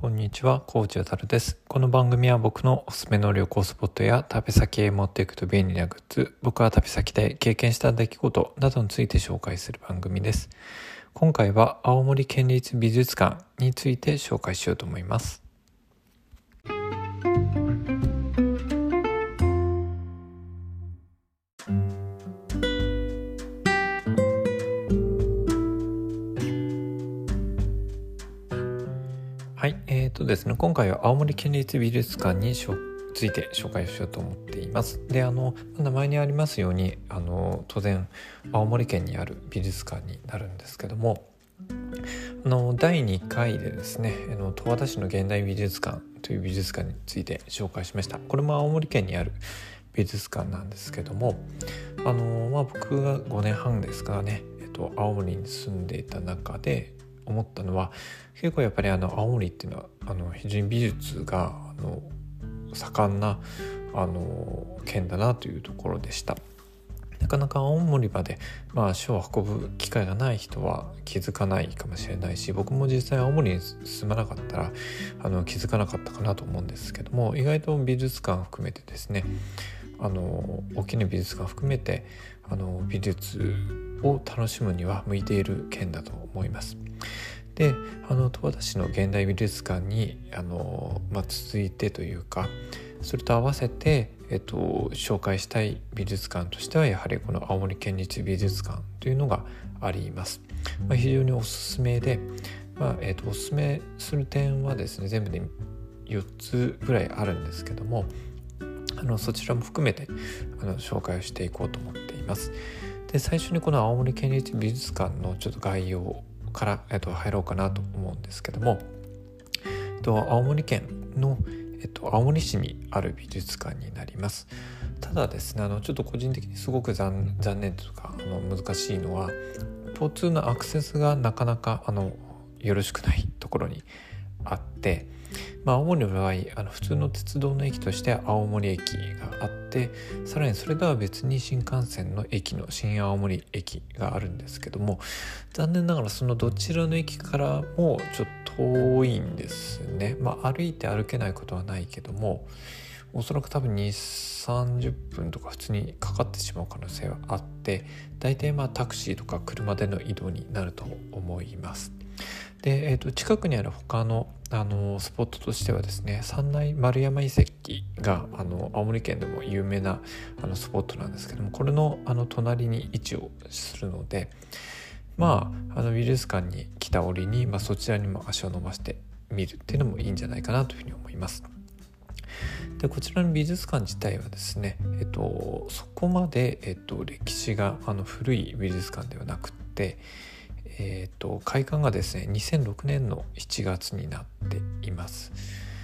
こんにちは、コーチあたるです。この番組は僕のおすすめの旅行スポットや旅先へ持っていくと便利なグッズ、僕は旅先で経験した出来事などについて紹介する番組です。今回は青森県立美術館について紹介しようと思います。はい、ですね、今回は青森県立美術館について紹介しようと思っています。で、名前にありますように、当然青森県にある美術館になるんですけども、第2回でですね、十和田市の現代美術館という美術館について紹介しました。これも青森県にある美術館なんですけども、僕が5年半ですからね、青森に住んでいた中で思ったのは、結構やっぱり青森っていうのは非常に美術が盛んな県だなというところでした。なかなか青森まで足を運ぶ機会がない人は気づかないかもしれないし、僕も実際青森に住まなかったら気づかなかったかなと思うんですけども、意外と美術館含めてですね、大きな美術館含めて美術を楽しむには向いている県だと思います。で、十和田市の現代美術館に続いてというか、それと合わせて、紹介したい美術館としてはやはりこの青森県立美術館というのがあります。非常におすすめで、おすすめする点はですね、全部で4つぐらいあるんですけども、そちらも含めて紹介をしていこうと思っています。で、最初にこの青森県立美術館のちょっと概要から、入ろうかなと思うんですけども、青森県の、青森市にある美術館になります。ただですね、ちょっと個人的にすごく残念というか難しいのは、交通のアクセスがなかなかよろしくないところにあって、青森の場合普通の鉄道の駅として青森駅があって、さらにそれとは別に新幹線の駅の新青森駅があるんですけども、残念ながらそのどちらの駅からもちょっと遠いんですね。歩いて歩けないことはないけども、おそらく多分2、30分とか普通にかかってしまう可能性はあって、大体タクシーとか車での移動になると思います。で、近くにある他のスポットとしてはですね、三内丸山遺跡が青森県でも有名なスポットなんですけども、これの隣に位置をするので、美術館に来た折に、そちらにも足を伸ばしてみるっていうのもいいんじゃないかなというふうに思います。で、こちらの美術館自体はですね、そこまで、歴史が古い美術館ではなくって開館がですね2006年の7月になっています。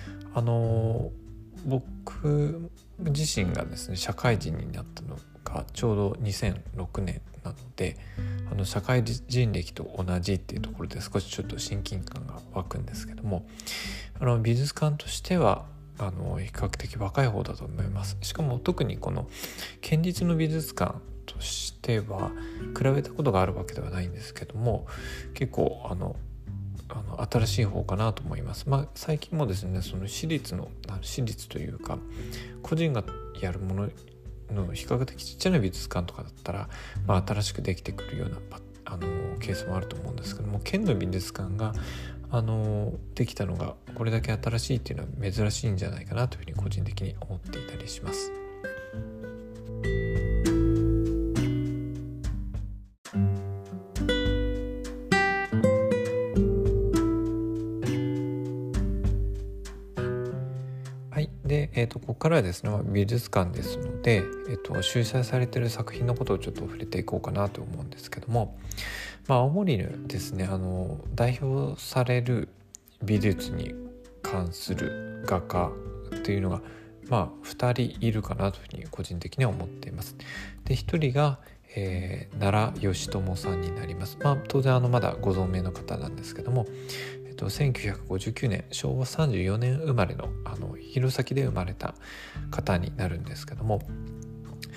僕自身がですね社会人になったのがちょうど2006年なので、社会人歴と同じっていうところで少しちょっと親近感が湧くんですけども、美術館としては比較的若い方だと思います。しかも特にこの県立の美術館としては比べたことがあるわけではないんですけども、結構新しい方かなと思います。最近もですね、その私立というか個人がやるものの比較的ちっちゃな美術館とかだったら、新しくできてくるようなケースもあると思うんですけども、県の美術館ができたのがこれだけ新しいっていうのは珍しいんじゃないかなというふうに個人的に思っていたりします。で、ここからはですね、美術館ですので、収載されている作品のことをちょっと触れていこうかなと思うんですけども、青森のですね代表される美術に関する画家というのが2人いるかなというふうに個人的には思っています。で、1人が、奈良義朝さんになります。当然まだご存命の方なんですけども、1959年昭和34年生まれの弘前で生まれた方になるんですけども、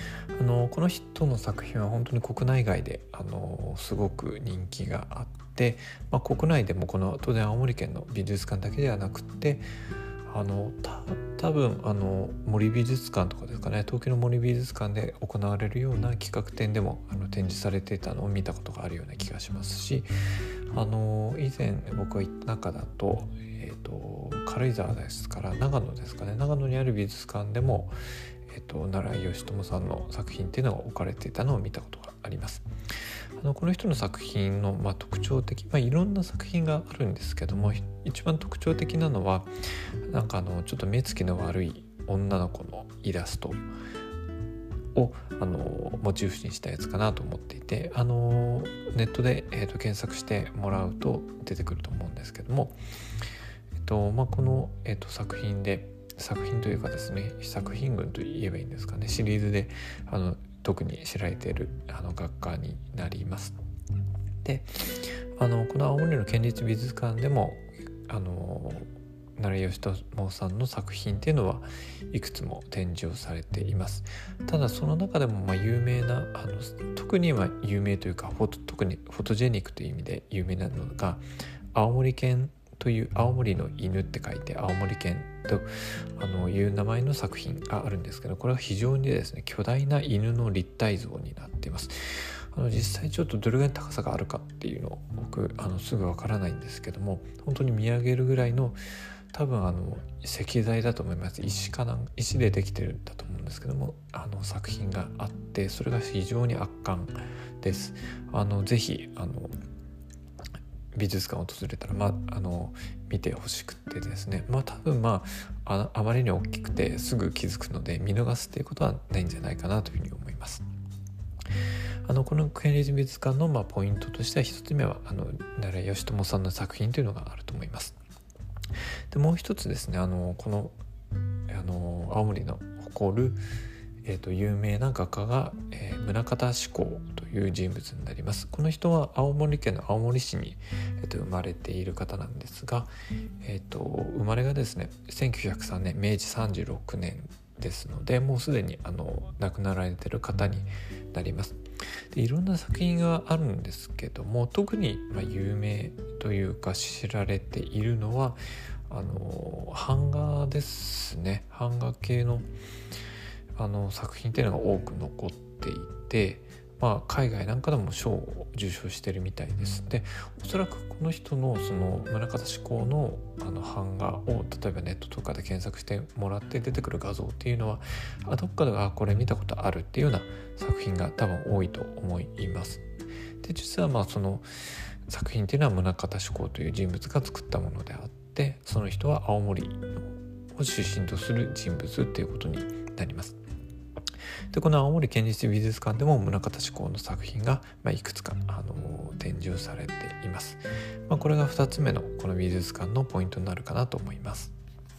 この人の作品は本当に国内外ですごく人気があって、国内でも当然青森県の美術館だけではなくて多分森美術館とかですかね、東京の森美術館で行われるような企画展でも展示されていたのを見たことがあるような気がしますし、以前僕が行った中だと、軽井沢ですから長野ですかね、長野にある美術館でも、奈良義朝さんの作品っていうのが置かれていたのを見たことがあります。この人の作品の、特徴的、いろんな作品があるんですけども、一番特徴的なのはちょっと目つきの悪い女の子のイラストをモチーフにしたやつかなと思っていて、ネットで、検索してもらうと出てくると思うんですけども、この、作品というかですね、作品群と言えばいいんですかね、シリーズで特に知られている学科になります。でこの青森の県立美術館でも奈良義朝さんの作品っていうのはいくつも展示をされています。ただその中でも有名な特に有名というか特にフォトジェニックという意味で有名なのが青森犬という、青森の犬って書いて青森犬という名前の作品があるんですけど、これは非常にですね巨大な犬の立体像になっています。実際ちょっとどれぐらいの高さがあるかっていうのを僕すぐわからないんですけども、本当に見上げるぐらいの多分石材だと思います。石でできてるんだと思うんですけども、作品があって、それが非常に圧巻です。ぜひ美術館を訪れたら、見てほしくてですね、多分あまりに大きくてすぐ気づくので見逃すっていうことはないんじゃないかなというふうに思います。この県立美術館のポイントとしては、一つ目は奈良義朝さんの作品というのがあると思います。でもう一つですね、この青森の誇る、有名な画家が、宗像志功という人物になります。この人は青森県の青森市に、生まれている方なんですが、生まれがですね1903年明治36年ですので、もうすでに亡くなられている方になります。でいろんな作品があるんですけども、特に有名というか知られているのは版画ですね。版画系の作品っていうのが多く残っていて、海外なんかでも賞を受賞してるみたいです。でおそらくこの人のその宗像志功の版画を例えばネットとかで検索してもらって出てくる画像っていうのはどっかでこれ見たことあるっていうような作品が多分多いと思います。で実はその作品っていうのは宗像志功という人物が作ったものであって、その人は青森を出身とする人物っていうことになります。でこの青森県立美術館でも宗像志功の作品がいくつか展示をされています。これが2つ目のこの美術館のポイントになるかなと思います。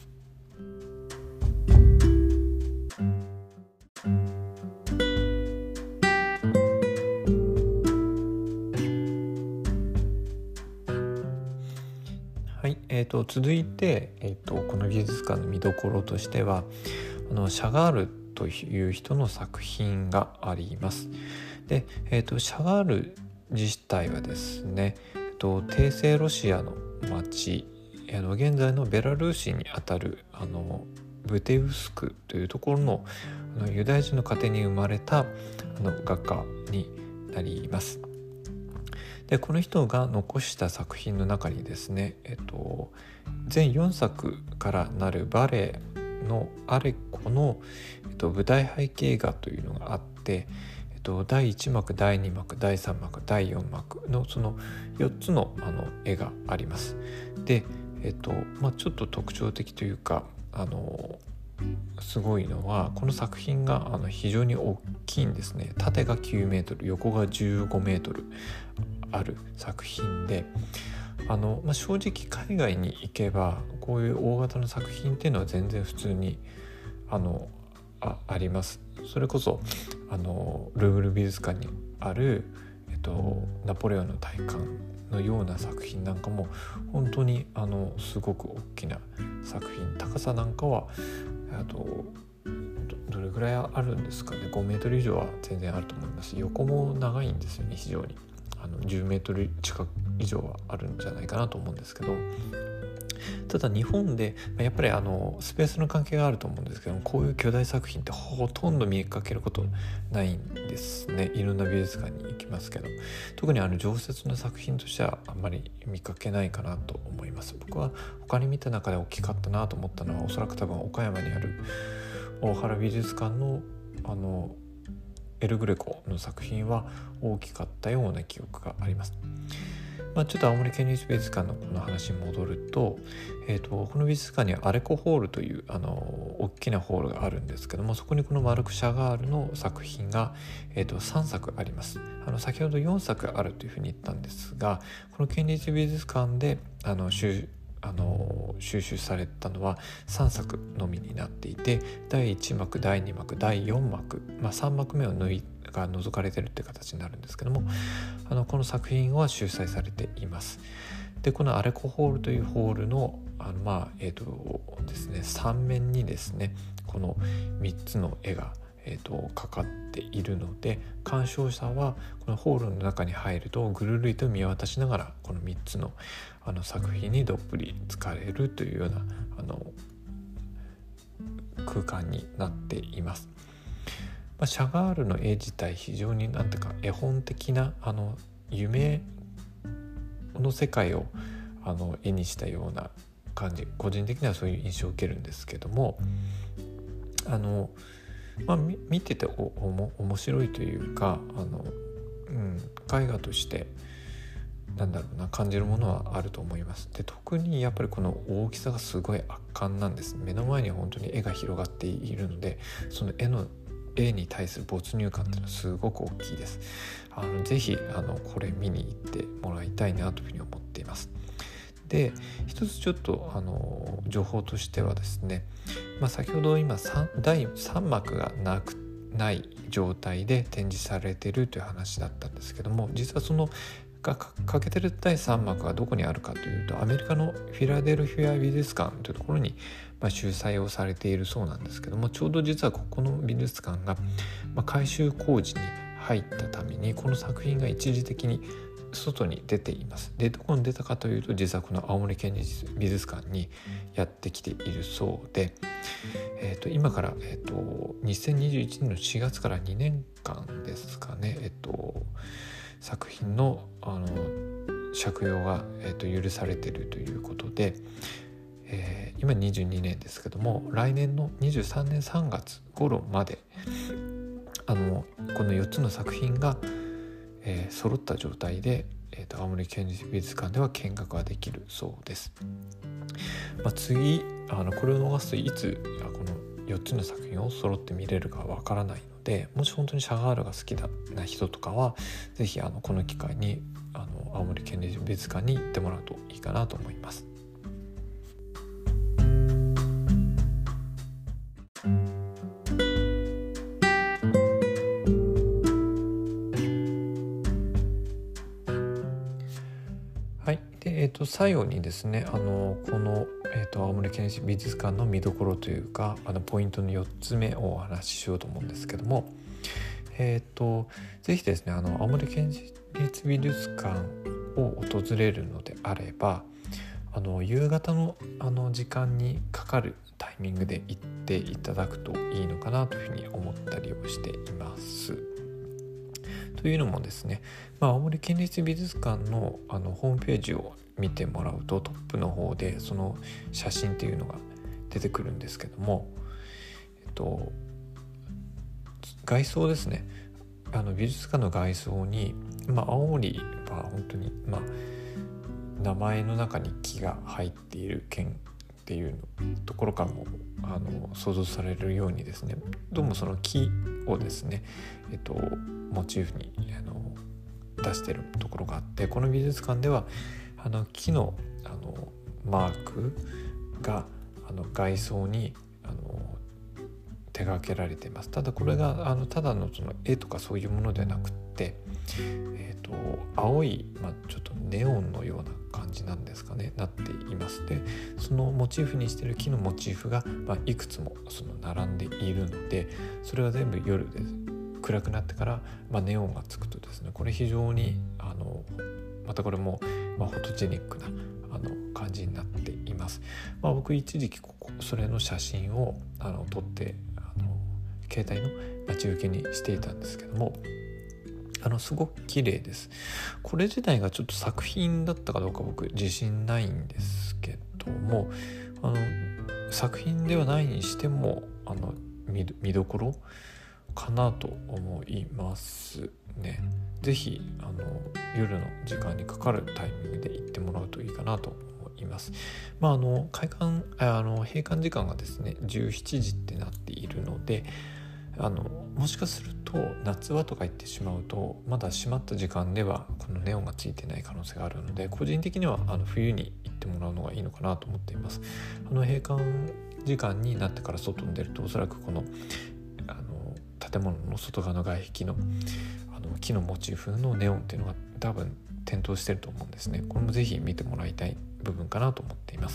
はい、続いて、この美術館の見どころとしてはシャガールという人の作品があります。で、シャガール自体はですね、帝政ロシアの町、現在のベラルーシにあたるブテウスクというところのユダヤ人の家庭に生まれた画家になります。でこの人が残した作品の中にですね、全4作からなるバレエのアレコの、舞台背景画というのがあって、第1幕第2幕第3幕第4幕のその4つの絵があります。で、ちょっと特徴的というかすごいのはこの作品が非常に大きいんですね。縦が9メートル横が15メートルある作品で正直海外に行けばこういう大型の作品っていうのは全然普通にあります。それこそルーブル美術館にある、ナポレオンの大観のような作品なんかも本当にすごく大きな作品、高さなんかはどれぐぐらいあるんですかね。5メートル以上は全然あると思います。横も長いんですよね、非常に。10メートル近く以上はあるんじゃないかなと思うんですけど、ただ日本でやっぱりスペースの関係があると思うんですけども、こういう巨大作品ってほとんど見かけることないんですね。いろんな美術館に行きますけど、特に常設の作品としてはあんまり見かけないかなと思います。僕は他に見た中で大きかったなと思ったのは、おそらく多分岡山にある大原美術館のエル・グレコの作品は大きかったような記憶があります。ちょっと青森県立美術館のこの話に戻ると、この美術館にはアレコホールという大きなホールがあるんですけども、そこにこのマルク・シャガールの作品が、3作あります。先ほど4作あるというふうに言ったんですが、この県立美術館で収集されたのは3作のみになっていて、第1幕第2幕第4幕、3幕目が除かれているという形になるんですけども、この作品は収載されています。でこのアレコホールというホールのですね、3面にですねこの3つの絵がかかっているので、鑑賞者はこのホールの中に入るとぐるりと見渡しながらこの3つの作品にどっぷり浸かれるというような空間になっています。シャガールの絵自体非常になんていうか絵本的な夢の世界を絵にしたような感じ、個人的にはそういう印象を受けるんですけども、見てて面白いというか絵画として感じるものはあると思います。で特にやっぱりこの大きさがすごい圧巻なんです。目の前に本当に絵が広がっているので、その絵に対する没入感っていうのはすごく大きいです。ぜひこれ見に行ってもらいたいなというふうに思っています。で一つちょっと情報としてはですね、先ほど今第3幕がない状態で展示されているという話だったんですけども、実はその欠けてる第3幕がどこにあるかというと、アメリカのフィラデルフィア美術館というところに収載をされているそうなんですけども、ちょうど実はここの美術館が改修工事に入ったためにこの作品が一時的に外に出ています。でどこに出たかというと、実はこの青森県立美術館にやってきているそうで、今から、2021年の4月から2年間ですかね、作品の借用が、許されているということで、今22年ですけども、来年の23年3月頃までこの4つの作品が、揃った状態で、青森県立美術館では見学ができるそうです。次これを逃すといつこの4つの作品を揃って見れるかわからないので、もし本当にシャガールが好きな人とかはぜひこの機会に青森県立美術館に行ってもらうといいかなと思います。はい。で、最後にですねこの、青森県立美術館の見どころというかポイントの4つ目をお話ししようと思うんですけども、ぜひですね青森県立美術館を訪れるのであれば夕方の時間にかかるタイミングで行っていただくといいのかなというふうに思ったりをしています。というのもですね、青森県立美術館のホームページを見てもらうと、トップの方でその写真っていうのが出てくるんですけども、外装ですね、美術館の外装に、青森は本当に、名前の中に木が入っている県っていうところからも想像されるようにですね、どうもその木をですね、モチーフに出しているところがあって、この美術館では木のマークが外装に手掛けられています。ただこれがただのその絵とかそういうものではなくって、 青い、ちょっとネオンのような感じなんですかね、なっています。でそのモチーフにしている木のモチーフが、いくつも並んでいるので、それが全部夜で暗くなってから、ネオンがつくとですね、これ非常にまたこれも、フォトジェニックな感じになっています。僕一時期それの写真を撮って携帯の待ち受けにしていたんですけども、すごく綺麗です。これ自体がちょっと作品だったかどうか僕自信ないんですけども、作品ではないにしても見どころかなと思いますね。ぜひ夜の時間にかかるタイミングで行ってもらうといいかなと思います。閉館時間がですね17時ってなっているので、もしかすると夏はとか言ってしまうとまだ閉まった時間ではこのネオンがついてない可能性があるので、個人的には冬に行ってもらうのがいいのかなと思っています。閉館時間になってから外に出ると、おそらくこの建物の外側の外壁の木のモチーフのネオンっていうのが多分点灯してると思うんですね。これもぜひ見てもらいたい部分かなと思っています。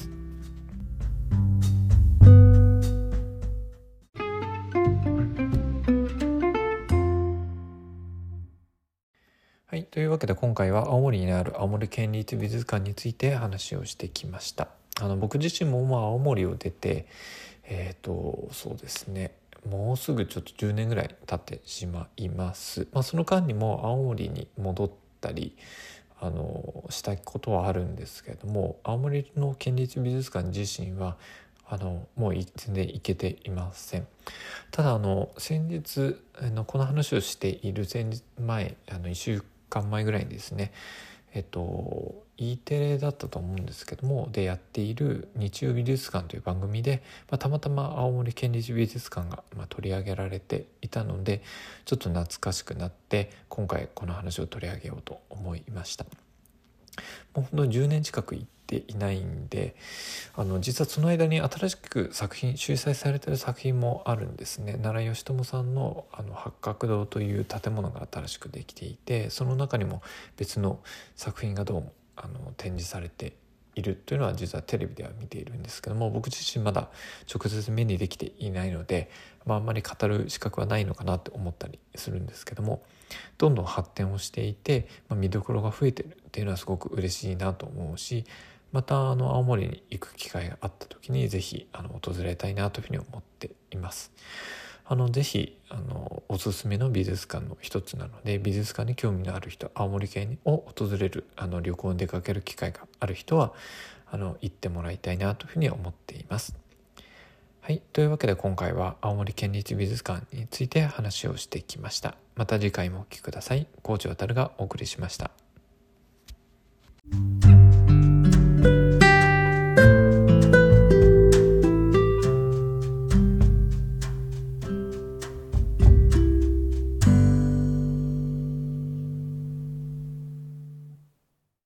はい、というわけで今回は青森にある青森県立美術館について話をしてきました。僕自身も青森を出てそうですね、もうすぐちょっと10年ぐらい経ってしまいます。その間にも青森に戻ったりしたことはあるんですけれども、青森の県立美術館自身はもう全然行けていません。ただ先日この話をしている1週間前ぐらいにですね、E テレだったと思うんですけどもでやっている日曜美術館という番組で、たまたま青森県立美術館が、取り上げられていたので、ちょっと懐かしくなって今回この話を取り上げようと思いました。もう本当に10年近く行っていないんで、実はその間に新しく秀載されている作品もあるんですね。奈良義朝さんの八角堂という建物が新しくできていて、その中にも別の作品がどうも展示されているというのは実はテレビでは見ているんですけども、僕自身まだ直接目にできていないので、あんまり語る資格はないのかなって思ったりするんですけども、どんどん発展をしていて、見どころが増えてるっていうのはすごく嬉しいなと思うし、また青森に行く機会があった時にぜひ訪れたいなというふうに思っています。ぜひおすすめの美術館の一つなので、美術館に興味のある人、青森県を訪れる旅行に出かける機会がある人は行ってもらいたいなというふうに思っています。はい、というわけで今回は青森県立美術館について話をしてきました。また次回もお聞きください。高知渉がお送りしました。